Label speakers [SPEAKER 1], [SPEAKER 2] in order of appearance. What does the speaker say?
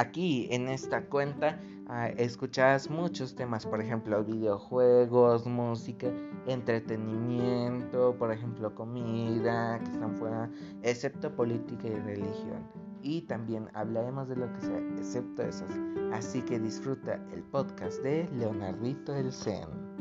[SPEAKER 1] aquí en esta cuenta escucharás muchos temas, por ejemplo, videojuegos, música, entretenimiento, por ejemplo, comida, que están fuera, excepto política y religión. Y también hablaremos de lo que sea, excepto esas. Así que disfruta el podcast de Leonardito el Zen.